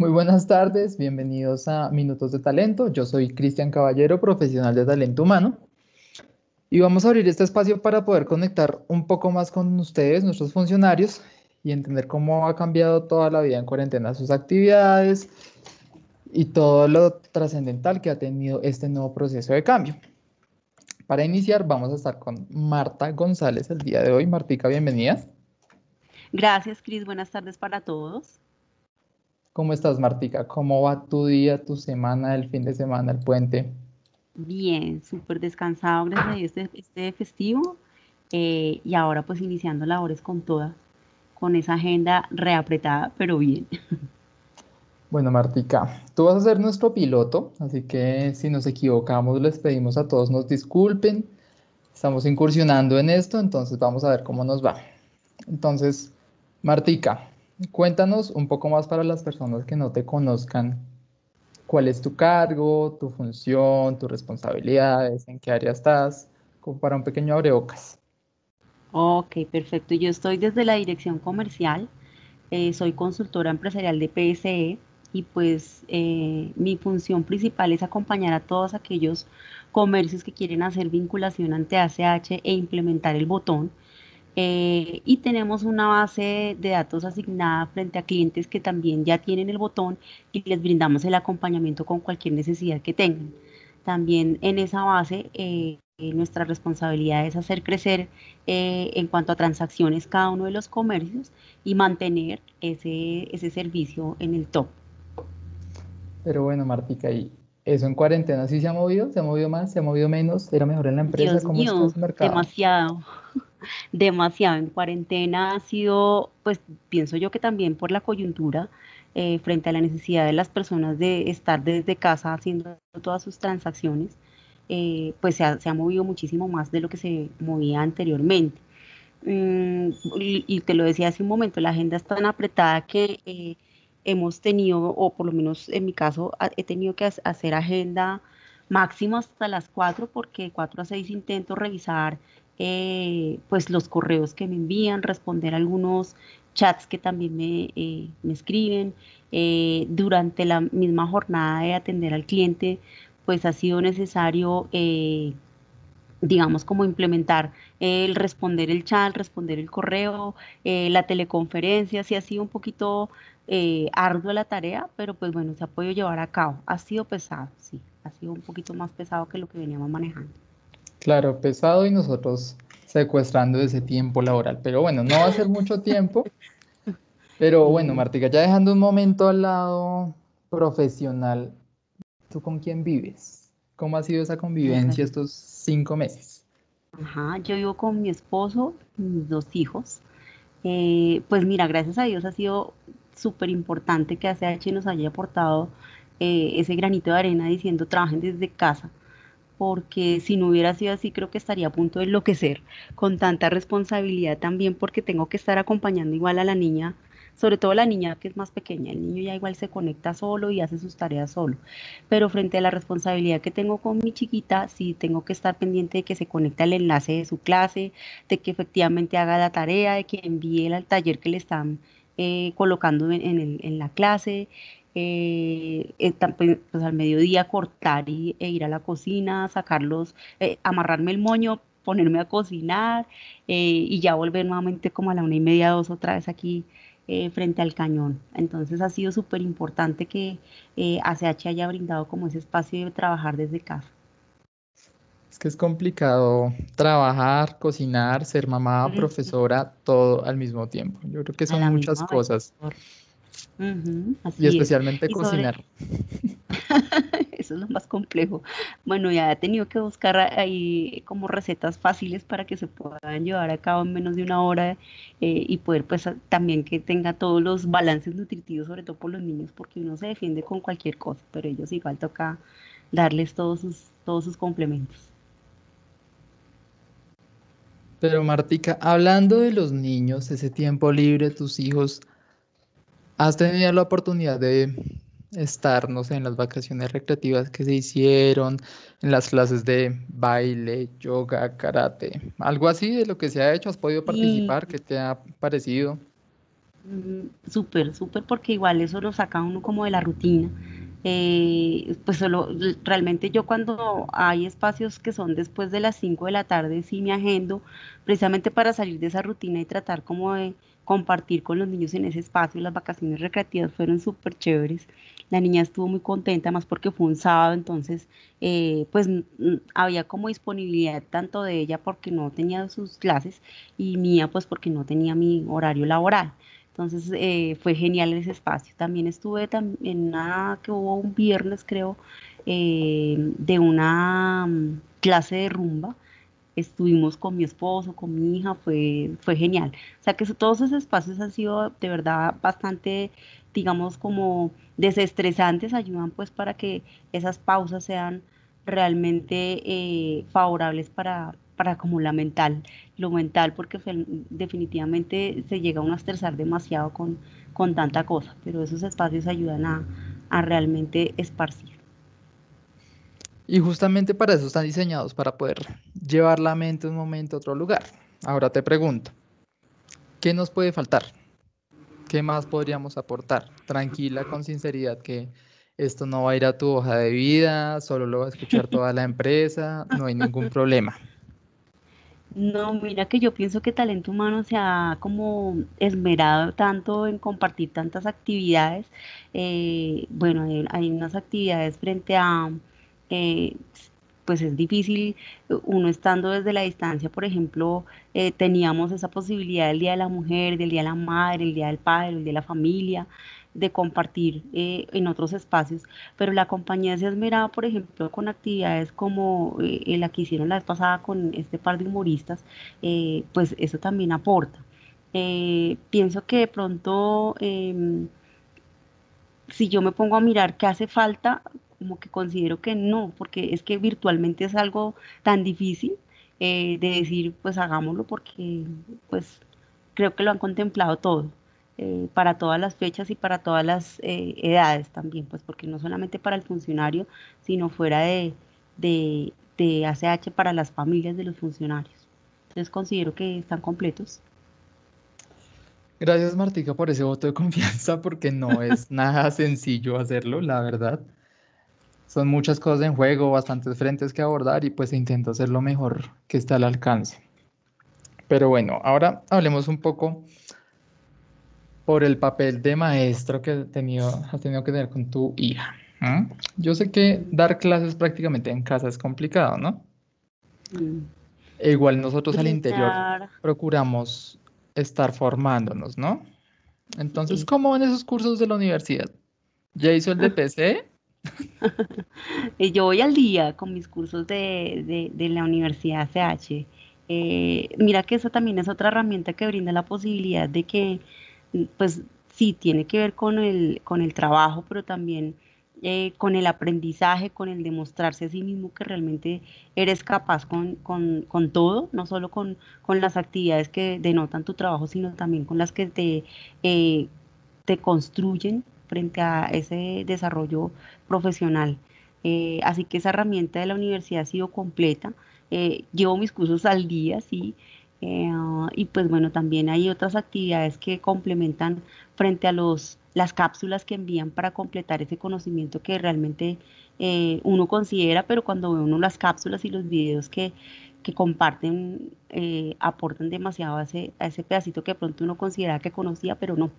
Muy buenas tardes, bienvenidos a Minutos de Talento. Yo soy Cristian Caballero, profesional de talento humano, y vamos a abrir este espacio para poder conectar un poco más con ustedes, nuestros funcionarios, y entender cómo ha cambiado toda la vida en cuarentena, sus actividades y todo lo trascendental que ha tenido este nuevo proceso de cambio. Para iniciar, vamos a estar con Marta González el día de hoy. Martica, bienvenida. Gracias, Cris. Buenas tardes para todos. ¿Cómo estás, Martica? ¿Cómo va tu día, tu semana, el fin de semana, el puente? Bien, súper descansado, gracias a Dios, este festivo. Y ahora pues iniciando labores con toda, con esa agenda reapretada, pero bien. Bueno, Martica, tú vas a ser nuestro piloto, así que si nos equivocamos, les pedimos a todos nos disculpen. Estamos incursionando en esto, entonces vamos a ver cómo nos va. Entonces, Martica, cuéntanos un poco más para las personas que no te conozcan. ¿Cuál es tu cargo, tu función, tus responsabilidades, en qué área estás? Como para un pequeño abrebocas. Ok, perfecto. Yo estoy desde la dirección comercial, soy consultora empresarial de PSE y pues mi función principal es acompañar a todos aquellos comercios que quieren hacer vinculación ante ACH e implementar el botón. Y tenemos una base de datos asignada frente a clientes que también ya tienen el botón y les brindamos el acompañamiento con cualquier necesidad que tengan. También en esa base, nuestra responsabilidad es hacer crecer en cuanto a transacciones cada uno de los comercios y mantener ese servicio en el top. Pero bueno, Martica, ¿y eso en cuarentena sí se ha movido? ¿Se ha movido más? ¿Se ha movido menos? ¿Era mejor en la empresa? Dios ¿Cómo está mío, ese mercado? demasiado. Demasiado. En cuarentena ha sido, pues pienso yo que también por la coyuntura, frente a la necesidad de las personas de estar desde casa haciendo todas sus transacciones, pues se ha movido muchísimo más de lo que se movía anteriormente. Y te lo decía hace un momento, la agenda es tan apretada que hemos tenido, o por lo menos en mi caso, he tenido que hacer agenda máximo hasta las 4 porque 4 a 6 intento revisar pues los correos que me envían, responder algunos chats que también me escriben. Durante la misma jornada de atender al cliente, pues ha sido necesario digamos, como implementar el responder el chat, responder el correo, la teleconferencia, sí ha sido un poquito ardua la tarea, pero pues bueno, se ha podido llevar a cabo. Ha sido pesado, sí, ha sido un poquito más pesado que lo que veníamos manejando. Claro, pesado y nosotros secuestrando ese tiempo laboral. Pero bueno, no va a ser mucho tiempo. Pero bueno, Sí, Martica, ya dejando un momento al lado profesional, ¿tú con quién vives? ¿Cómo ha sido esa convivencia bueno. estos 5 meses? Ajá, yo vivo con mi esposo, mis dos hijos. Pues mira, gracias a Dios ha sido súper importante que ACH nos haya aportado ese granito de arena diciendo trabajen desde casa, porque si no hubiera sido así, creo que estaría a punto de enloquecer con tanta responsabilidad también, porque tengo que estar acompañando igual a la niña, sobre todo la niña que es más pequeña. El niño ya igual se conecta solo y hace sus tareas solo, pero frente a la responsabilidad que tengo con mi chiquita, sí tengo que estar pendiente de que se conecte al enlace de su clase, de que efectivamente haga la tarea, de que envíe al taller que le están colocando en la clase, pues al mediodía cortar e ir a la cocina, sacarlos, amarrarme el moño, ponerme a cocinar y ya volver nuevamente como a la 1:30, 2 otra vez aquí frente al cañón. Entonces ha sido súper importante que ACH haya brindado como ese espacio de trabajar desde casa. Es que es complicado trabajar, cocinar, ser mamá, Ujú. profesora, todo al mismo tiempo. Yo creo que A son la muchas misma vez. cosas Ujú, y así es. especialmente Y sobre, cocinar. eso es lo más complejo. Bueno, ya he tenido que buscar ahí como recetas fáciles para que se puedan llevar a cabo en menos de una hora y poder pues también que tenga todos los balances nutritivos, sobre todo por los niños, porque uno se defiende con cualquier cosa, pero ellos igual toca darles todos sus complementos. Pero Martica, hablando de los niños, ese tiempo libre, tus hijos, ¿has tenido la oportunidad de estar, no sé, en las vacaciones recreativas que se hicieron, en las clases de baile, yoga, karate, algo así de lo que se ha hecho? ¿Has podido Sí, participar? ¿Qué te ha parecido? Súper, súper, porque igual eso lo saca uno como de la rutina. Pues solo, realmente yo cuando hay espacios que son después de las 5 de la tarde, sí me agendo precisamente para salir de esa rutina y tratar como de compartir con los niños en ese espacio. Las vacaciones recreativas fueron súper chéveres. La niña estuvo muy contenta, más porque fue un sábado, entonces pues había como disponibilidad tanto de ella porque no tenía sus clases y mía pues porque no tenía mi horario laboral. Entonces fue genial ese espacio. También estuve en una que hubo un viernes, creo, de una clase de rumba. Estuvimos con mi esposo, con mi hija, fue genial. O sea que todos esos espacios han sido de verdad bastante, digamos, como desestresantes, ayudan pues para que esas pausas sean realmente favorables para como lo mental, porque definitivamente se llega a uno a estresar demasiado con tanta cosa, pero esos espacios ayudan a realmente esparcir. Y justamente para eso están diseñados, para poder llevar la mente un momento a otro lugar. Ahora te pregunto, ¿qué nos puede faltar? ¿Qué más podríamos aportar? Tranquila, con sinceridad, que esto no va a ir a tu hoja de vida, solo lo va a escuchar toda la empresa, no hay ningún problema. No, mira que yo pienso que talento humano se ha como esmerado tanto en compartir tantas actividades. Bueno, hay unas actividades frente a, eh, pues es difícil uno estando desde la distancia, por ejemplo, teníamos esa posibilidad del Día de la Mujer, del Día de la Madre, el Día del Padre, el Día de la Familia, de compartir en otros espacios, pero la compañía se ha esmerado, por ejemplo, con actividades como la que hicieron la vez pasada con este par de humoristas, pues eso también aporta. Pienso que de pronto, si yo me pongo a mirar qué hace falta, como que considero que no, porque es que virtualmente es algo tan difícil de decir, pues hagámoslo, porque pues creo que lo han contemplado todo, para todas las fechas y para todas las edades también, pues porque no solamente para el funcionario, sino fuera de ACH para las familias de los funcionarios. Entonces considero que están completos. Gracias, Martica, por ese voto de confianza, porque no es nada sencillo hacerlo, la verdad. Son muchas cosas en juego, bastantes frentes que abordar y pues intento hacer lo mejor que está al alcance. Pero bueno, ahora hablemos un poco por el papel de maestro que has tenido que tener con tu hija. ¿M? Yo sé que dar clases prácticamente en casa es complicado, ¿no? Mm. E igual nosotros al interior Brindar, procuramos estar formándonos, ¿no? Entonces, sí. ¿cómo van esos cursos de la universidad? ¿Ya hizo el de PC? Yo voy al día con mis cursos de la Universidad CH. Mira que eso también es otra herramienta que brinda la posibilidad de que, pues sí, tiene que ver con el trabajo, pero también con el aprendizaje, con el demostrarse a sí mismo que realmente eres capaz con todo, no solo con las actividades que denotan tu trabajo, sino también con las que eh, te construyen frente a ese desarrollo profesional. Así que esa herramienta de la universidad ha sido completa. Llevo mis cursos al día, sí. Y pues bueno, también hay otras actividades que complementan frente a las cápsulas que envían para completar ese conocimiento que realmente uno considera, pero cuando ve uno las cápsulas y los videos que comparten, aportan demasiado a ese pedacito que de pronto uno considera que conocía, pero no.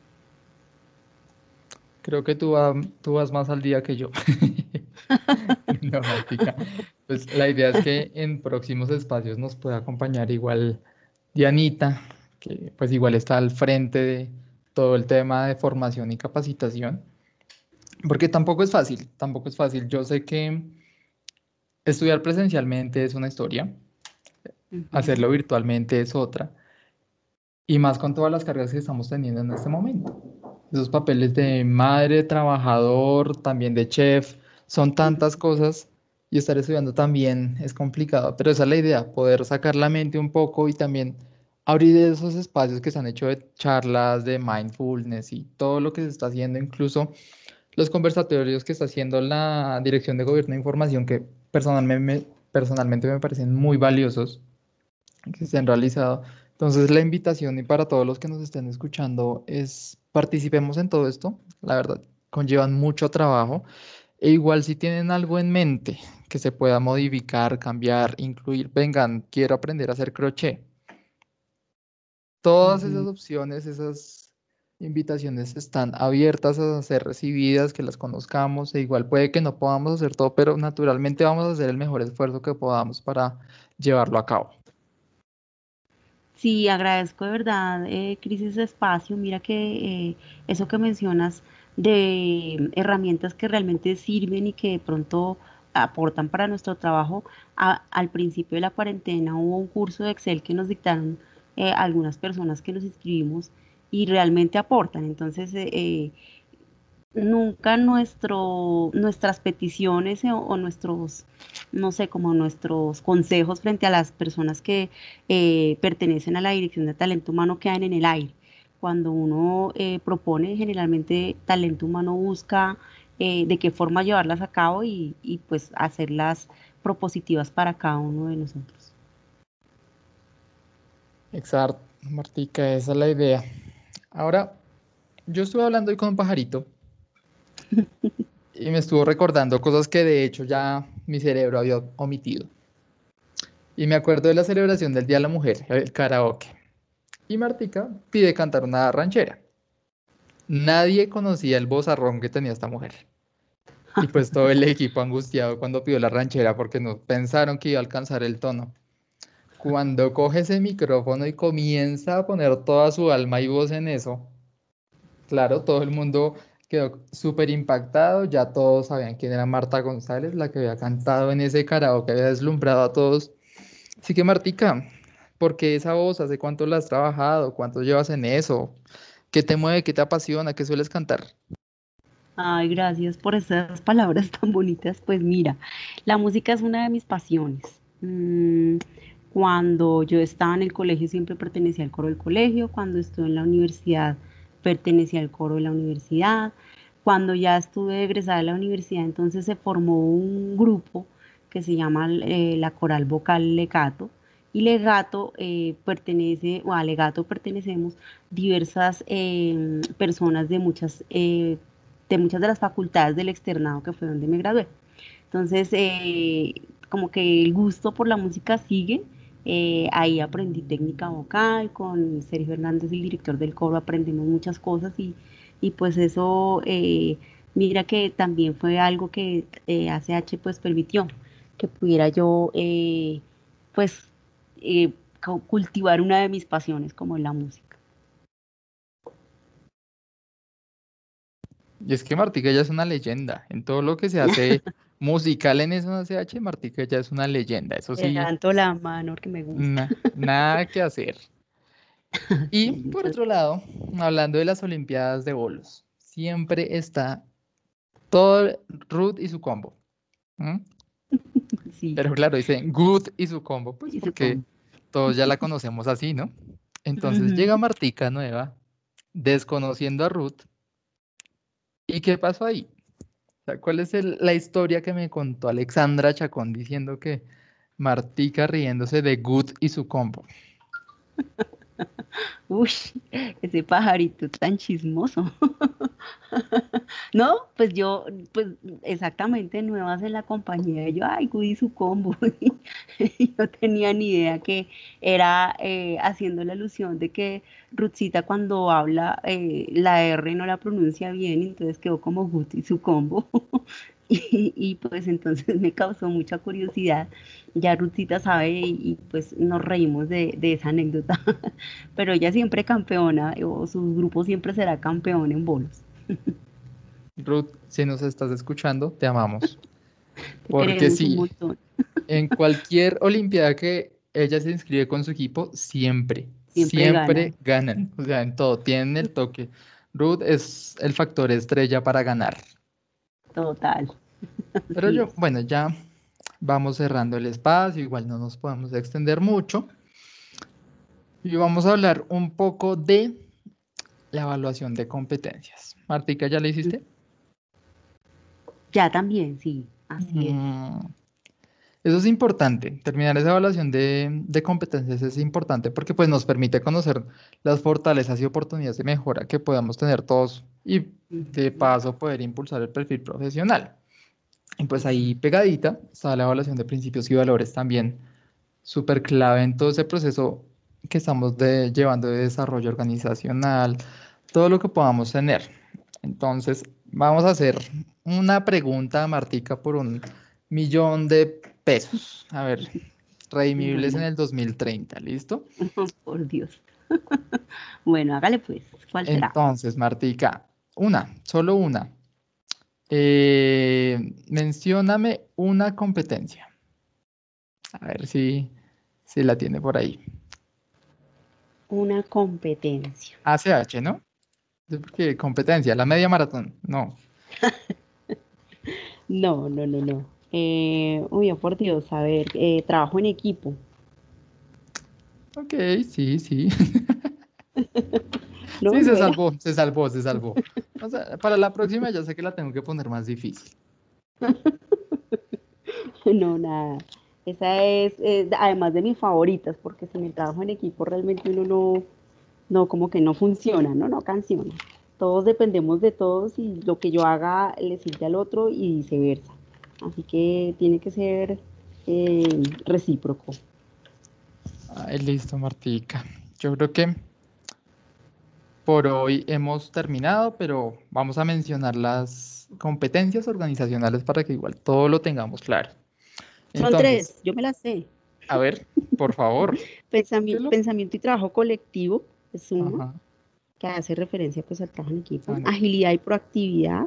Creo que tú vas más al día que yo. No, Martica. Pues la idea es que en próximos espacios nos pueda acompañar igual Dianita, que pues igual está al frente de todo el tema de formación y capacitación, porque tampoco es fácil, tampoco es fácil. Yo sé que estudiar presencialmente es una historia, Ujú. hacerlo virtualmente es otra, y más con todas las cargas que estamos teniendo en este momento. Esos papeles de madre, trabajador, también de chef, son tantas Ujú. cosas y estar estudiando también es complicado, pero esa es la idea, poder sacar la mente un poco y también abrir esos espacios que se han hecho de charlas, de mindfulness y todo lo que se está haciendo, incluso los conversatorios que está haciendo la Dirección de Gobierno de Información, que personalmente me parecen muy valiosos, que se han realizado Entonces la invitación y para todos los que nos estén escuchando es participemos en todo esto. La verdad, conllevan mucho trabajo. E igual si tienen algo en mente que se pueda modificar, cambiar, incluir, vengan, quiero aprender a hacer crochet. Todas esas Ujú. opciones, esas invitaciones están abiertas a ser recibidas, que las conozcamos. E igual puede que no podamos hacer todo, pero naturalmente vamos a hacer el mejor esfuerzo que podamos para llevarlo a cabo. Sí, agradezco de verdad, Cris, ese espacio. Mira que eso que mencionas de herramientas que realmente sirven y que de pronto aportan para nuestro trabajo. Al principio de la cuarentena hubo un curso de Excel que nos dictaron algunas personas que nos inscribimos y realmente aportan. Entonces, nunca nuestras peticiones o nuestros, no sé, como nuestros consejos frente a las personas que pertenecen a la Dirección de Talento Humano quedan en el aire. Cuando uno propone, generalmente talento humano busca de qué forma llevarlas a cabo y pues hacerlas propositivas para cada uno de nosotros. Exacto, Martica, esa es la idea. Ahora, yo estuve hablando hoy con un pajarito y me estuvo recordando cosas que de hecho ya mi cerebro había omitido. Y me acuerdo de la celebración del Día de la Mujer, el karaoke. Y Martica pide cantar una ranchera. Nadie conocía el vozarrón que tenía esta mujer. Y pues todo el equipo angustiado cuando pidió la ranchera porque no pensaron que iba a alcanzar el tono. Cuando coge ese micrófono y comienza a poner toda su alma y voz en eso, claro, todo el mundo quedó súper impactado, ya todos sabían quién era Marta González, la que había cantado en ese karaoke, había deslumbrado a todos. Así que Martica, ¿por qué esa voz? ¿Hace cuánto la has trabajado? ¿Cuánto llevas en eso? ¿Qué te mueve? ¿Qué te apasiona? ¿Qué sueles cantar? Ay, gracias por esas palabras tan bonitas. Pues mira, la música es una de mis pasiones. Cuando yo estaba en el colegio siempre pertenecía al coro del colegio, cuando estuve en la universidad pertenecía al coro de la universidad, cuando ya estuve egresada de la universidad entonces se formó un grupo que se llama la Coral Vocal Legato y Legato pertenece, o a Legato pertenecemos diversas personas de muchas de las facultades del externado que fue donde me gradué. Entonces, como que el gusto por la música sigue. Ahí aprendí técnica vocal, con Sergio Hernández, el director del coro, aprendimos muchas cosas y pues eso, mira que también fue algo que ACH pues permitió que pudiera yo pues cultivar una de mis pasiones como es la música. Y es que Martica ya es una leyenda. En todo lo que se hace musical en SH, Martica ya es una leyenda. Eso sí, Levanto la mano porque me gusta. nada que hacer. Y Sí, por muchas otro lado, hablando de las Olimpiadas de bolos, siempre está todo Ruth y su combo. ¿M? sí, Pero claro, dicen Good y su combo, pues y porque supongo. todos ya la conocemos así, ¿no? Entonces Ujú. llega Martica nueva, desconociendo a Ruth. ¿Y qué pasó ahí? O sea, ¿cuál es la historia que me contó Alexandra Chacón diciendo que Martica riéndose de Good y su combo? Uy, ese pajarito tan chismoso. No, pues yo, pues exactamente nuevas en la compañía, y yo, ay, Goody su combo. Y no tenía ni idea que era haciendo la alusión de que Ruthcita cuando habla la R no la pronuncia bien, entonces quedó como Guti su combo. Y pues entonces me causó mucha curiosidad. Ya Ruthcita sabe y pues nos reímos de esa anécdota. Pero ella siempre campeona, o su grupo siempre será campeón en bolos. Ruth, si nos estás escuchando, te amamos. Te Porque queremos un sí, montón. en cualquier Olimpiada que ella se inscribe con su equipo, siempre, Siempre siempre ganan. ganan. O sea, en todo, tienen el toque. Ruth es el factor estrella para ganar. Total. Pero Así yo, es. bueno, ya vamos cerrando el espacio, igual no nos podemos extender mucho. Y vamos a hablar un poco de la evaluación de competencias. Martica, ¿ya la hiciste? Ya también, sí. Así es. Mm, Eso es importante, terminar esa evaluación de competencias es importante porque pues nos permite conocer las fortalezas y oportunidades de mejora que podamos tener todos y de Ujú, paso poder impulsar el perfil profesional. Y pues ahí exacto. pegadita está la evaluación de principios y valores también, súper clave en todo ese proceso que estamos llevando de desarrollo organizacional, todo lo que podamos tener. Entonces, vamos a hacer una pregunta, Martica, por 1.000.000 de pesos. A ver, redimibles en Bueno, el 2030, ¿listo? por Dios. Bueno, hágale pues. ¿Cuál será? Entonces, Martica, solo una. Mencióname una competencia. A ver si la tiene por ahí. Una competencia. ACH, ¿no? Sí, porque competencia, la media maratón, no. No, no, no, no. Uy, oh, por Dios, a ver, trabajo en equipo. Ok, sí, sí. No, Sí, no se era. salvó, se salvó, se salvó. O sea, para la próxima ya sé que la tengo que poner más difícil. No, nada. Esa es, además de mis favoritas, porque sin el trabajo en equipo realmente uno no, como que no funciona, ¿no? No funciona. Todos dependemos de todos y lo que yo haga le sirve al otro y viceversa. Así que tiene que ser recíproco. Ay, listo, Martica. Yo creo que por hoy hemos terminado, pero vamos a mencionar las competencias organizacionales para que igual todo lo tengamos claro. Son Entonces, tres, yo me las sé. a ver, por favor, dímelo. Pensamiento y trabajo colectivo es uno, Ajá. que hace referencia pues al trabajo en equipo. Ah, no. Agilidad y proactividad,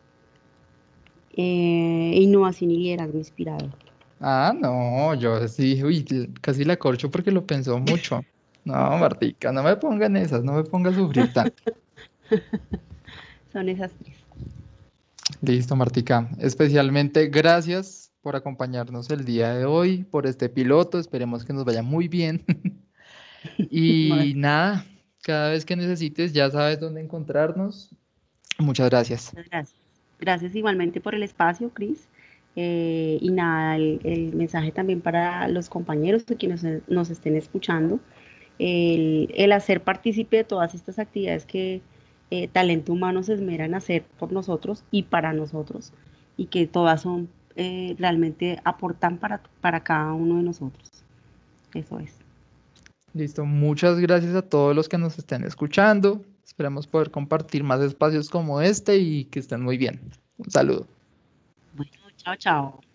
innovación y liderazgo inspirador. Ah, no, yo sí, uy, casi la corcho porque lo pensó mucho. No, Martica, no me pongan esas, no me ponga a sufrir tanto. Son esas tres. Listo, Martica. Especialmente gracias por acompañarnos el día de hoy, por este piloto. Esperemos que nos vaya muy bien. Y nada, cada vez que necesites ya sabes dónde encontrarnos. Muchas gracias. Muchas gracias. Gracias igualmente por el espacio, Cris. Y nada, el mensaje también para los compañeros que nos estén escuchando, el hacer partícipe de todas estas actividades que Talento Humano se esmera en hacer por nosotros y para nosotros, y que todas son realmente aportan para cada uno de nosotros. Eso es. Listo, muchas gracias a todos los que nos estén escuchando. Esperamos poder compartir más espacios como este y que estén muy bien. Un saludo. Bueno, chao, chao.